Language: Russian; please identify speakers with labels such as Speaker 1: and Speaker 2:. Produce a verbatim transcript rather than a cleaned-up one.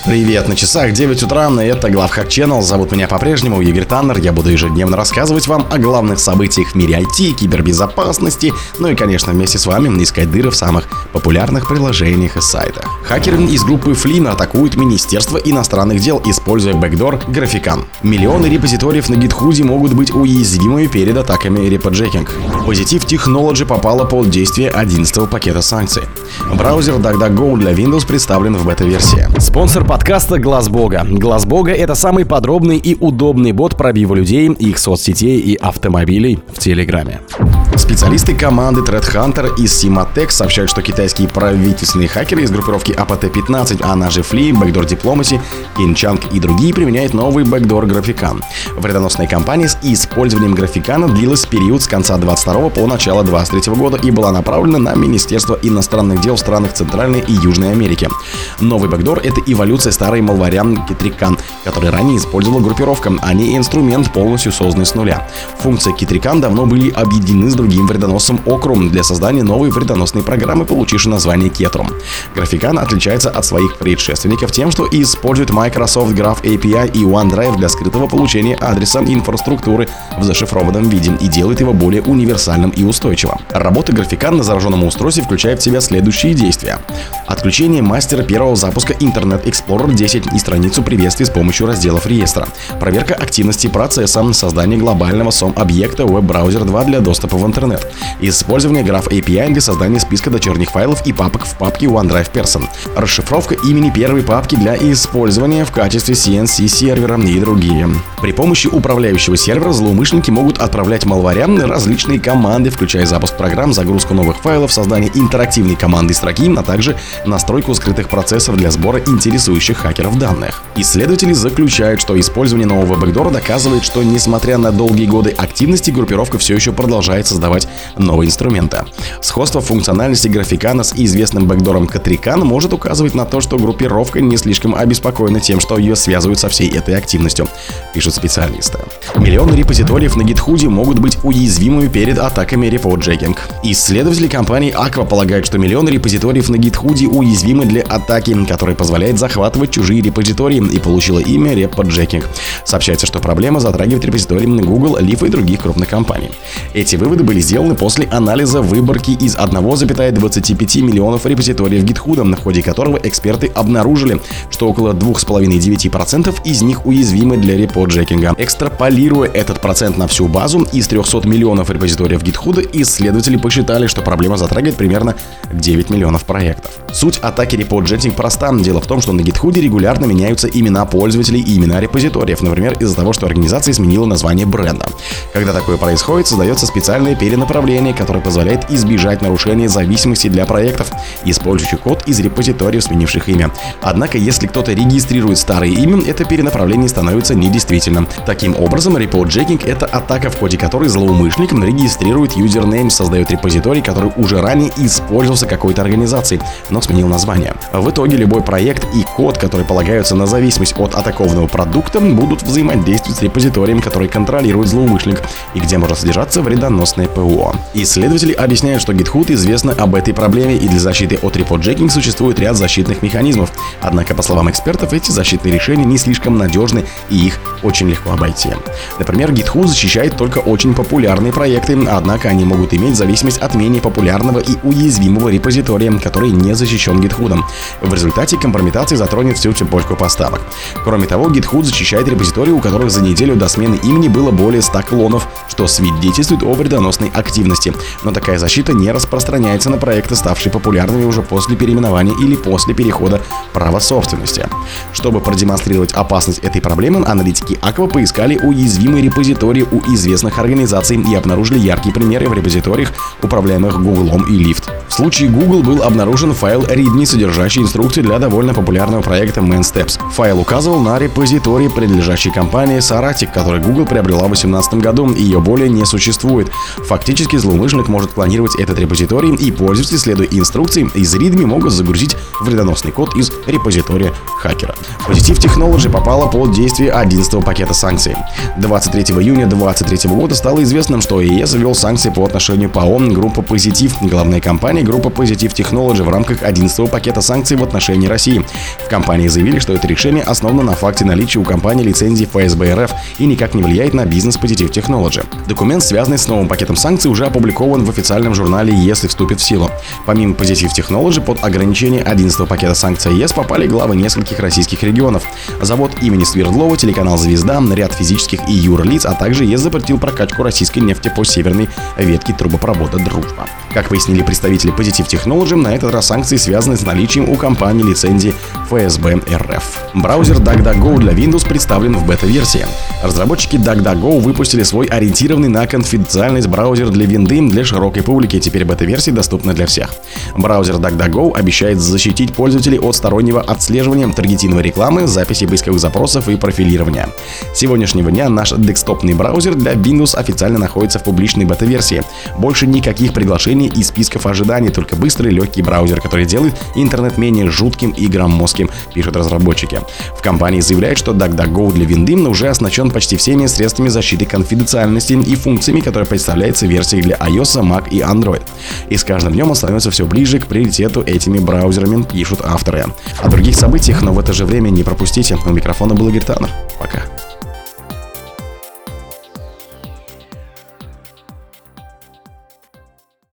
Speaker 1: Привет, на часах девять утра, это Главхак Channel, зовут меня по-прежнему Игорь Таннер. Я буду ежедневно рассказывать вам о главных событиях в мире ай ти, кибербезопасности, ну и, конечно, вместе с вами искать дыры в самых популярных приложениях и сайтах. Хакеры из группы Flynn атакуют Министерство иностранных дел, используя бэкдор Graphicon. Миллионы репозиториев на GitHub могут быть уязвимыми перед атаками реподжекинг. Positive Technology попала под действие одиннадцатого пакета санкций. Браузер DuckDuckGo для Windows представлен в бета-версии. Спонсор подкаста Глаз Бога. Глаз Бога — это самый подробный и удобный бот пробива людей, их соцсетей и автомобилей в Телеграме. Специалисты команды Threat Hunter из Symantec сообщают, что китайские правительственные хакеры из группировки эй пи ти пятнадцать, она же Flea, Backdoor Diplomacy, Kinchang и другие применяют новый бэкдор Graphicon. Вредоносная кампания с использованием Graphicon длилась в период с конца двадцать второго по начало двадцать третьего года и была направлена на Министерство иностранных дел в странах Центральной и Южной Америки. Новый бэкдор — это эволюция старой малваря Kitrikan, который ранее использовала группировка, а не инструмент, полностью созданный с нуля. Функции Kitrikan давно были объединены с другим вредоносом Окрум для создания новой вредоносной программы, получившей название Ketrum. Graphicon отличается от своих предшественников тем, что использует Microsoft Graph эй пи ай и OneDrive для скрытого получения адреса инфраструктуры в зашифрованном виде и делает его более универсальным и устойчивым. Работа Graphicon на зараженном устройстве включает в себя следующие действия: отключение мастера первого запуска Internet Explorer десять и страницу приветствий с помощью разделов реестра, проверка активности процесса, создание глобального сом-объекта WebBrowser два для доступа в интернет, использование Graph эй пи ай для создания списка дочерних файлов и папок в папке OneDrive Person, расшифровка имени первой папки для использования в качестве си эн си сервера и другие. При помощи управляющего сервера злоумышленники могут отправлять малварям различные команды, включая запуск программ, загрузку новых файлов, создание интерактивной команды строки, а также настройку скрытых процессов для сбора интересующих хакеров данных. Исследователи заключают, что использование нового бэкдора доказывает, что несмотря на долгие годы активности, группировка все еще продолжает создавать новые инструменты. Сходство функциональности Graphicon с известным бэкдором Kitrikan может указывать на то, что группировка не слишком обеспокоена тем, что ее связывают со всей этой активностью, пишут специалисты. Миллионы репозиториев на GitHub могут быть уязвимыми перед атаками реподжекинг. Исследователи компании Aqua полагают, что миллионы репозиториев на GitHub уязвимы для атаки, которая позволяет захватывать чужие репозитории и получила имя реподжекинг. Сообщается, что проблема затрагивает репозитории Google, Leaf и других крупных компаний. Эти выводы были сделаны после анализа выборки из одна целая двадцать пять миллионов репозиториев GitHub, в ходе которого эксперты обнаружили, что около два целых девять десятых процента из них уязвимы для реподжекинга. Экстраполируя этот процент на всю базу из трехсот миллионов репозиториев GitHub, исследователи посчитали, что проблема затрагивает примерно девять миллионов проектов. Суть атаки реподжекинг проста. Дело в том, что на GitHub регулярно меняются имена пользователей и имена репозиториев, например, из-за того, что организация сменила название бренда. Когда такое происходит, создается специальное перенаправление, которое позволяет избежать нарушения зависимости для проектов, использующих код из репозиториев, сменивших имя. Однако, если кто-то регистрирует старое имя, это перенаправление становится недействительным. Таким образом, реподжекинг — это атака, в ходе которой злоумышленник регистрирует юзернейм, создает репозиторий, который уже ранее использовался какой-то организацией, но сменил название. В итоге любой проект и код, которые полагаются на зависимость от атакованного продукта, будут взаимодействовать с репозиторием, который контролирует злоумышленник и где может содержаться вредоносное ПО. Исследователи объясняют, что GitHub известно об этой проблеме, и для защиты от реподжекинг существует ряд защитных механизмов. Однако, по словам экспертов, эти защитные решения не слишком надежны и их очень легко обойти. Например, GitHub защищает только очень популярные проекты, однако они могут иметь зависимость от менее популярного и уязвимого репозитория, который не защищен GitHub. В результате компрометации затронет всю цепочку поставок. Кроме того, GitHub защищает репозитории, у которых за неделю до смены имени было более ста клонов, что свидетельствует о вредоносной активности. Но такая защита не распространяется на проекты, ставшие популярными уже после переименования или после перехода права собственности. Чтобы продемонстрировать опасность этой проблемы, аналитики Aqua поискали уязвимые репозитории у известных организаций и обнаружили яркие примеры в репозиториях, управляемых Google и Lyft. В случае Google был обнаружен файл readme, содержащий инструкции для довольно популярного проекта MainSteps. Файл указывал на репозиторий, принадлежащий компании Saratic, который Google приобрела в две тысячи восемнадцатом году, и ее более не существует. Фактически, злоумышленник может клонировать этот репозиторий, и пользователи, следуя инструкции из readme, могут загрузить вредоносный код из репозитория хакера. Positive Technology попала под действие одиннадцатого пакета санкций. двадцать третьего июня две тысячи двадцать третьего года стало известным, что ЕС ввел санкции по отношению ПАО группа Positive, главная компания группа Positive Technology в рамках одиннадцатого пакета санкций в отношении России. В компании заявили, что это решение основано на факте наличия у компании лицензии эф эс бэ эр эф и никак не влияет на бизнес Positive Technology. Документ, связанный с новым пакетом санкций, уже опубликован в официальном журнале ЕС и вступит в силу. Помимо Positive Technology, под ограничение одиннадцатого пакета санкций ЕС попали главы нескольких российских регионов. Завод имени Свердлова, телеканал «Звезда», ряд физических и юрлиц, а также ЕС запретил прокачку российской нефти по северной ветке трубопровода «Дружба». Как пояснили представители Positive Technology, на этот раз санкции связаны с наличием у компании лицензии эф эс бэ эр эф. Браузер DuckDuckGo для Windows представлен в бета-версии. Разработчики DuckDuckGo выпустили свой ориентированный на конфиденциальность браузер для винды для широкой публики. Теперь бета-версия доступна для всех. Браузер DuckDuckGo обещает защитить пользователей от стороннего отслеживания, таргетированной рекламы, записи поисковых запросов и профилирования. С сегодняшнего дня наш десктопный браузер для Windows официально находится в публичной бета-версии. Больше никаких приглашений и списков ожиданий, только быстрый легкий браузер, который делает интернет менее жутким и громоздким, пишут разработчики. В компании заявляют, что DuckDuckGo для винды уже оснащен почти всеми средствами защиты конфиденциальности и функциями, которые представляются в версиях для iOS, Mac и Android. И с каждым днем он становится все ближе к приоритету этими браузерами, пишут авторы. О других событиях, но в это же время не пропустите. У микрофона был Игорь Таннер. Пока.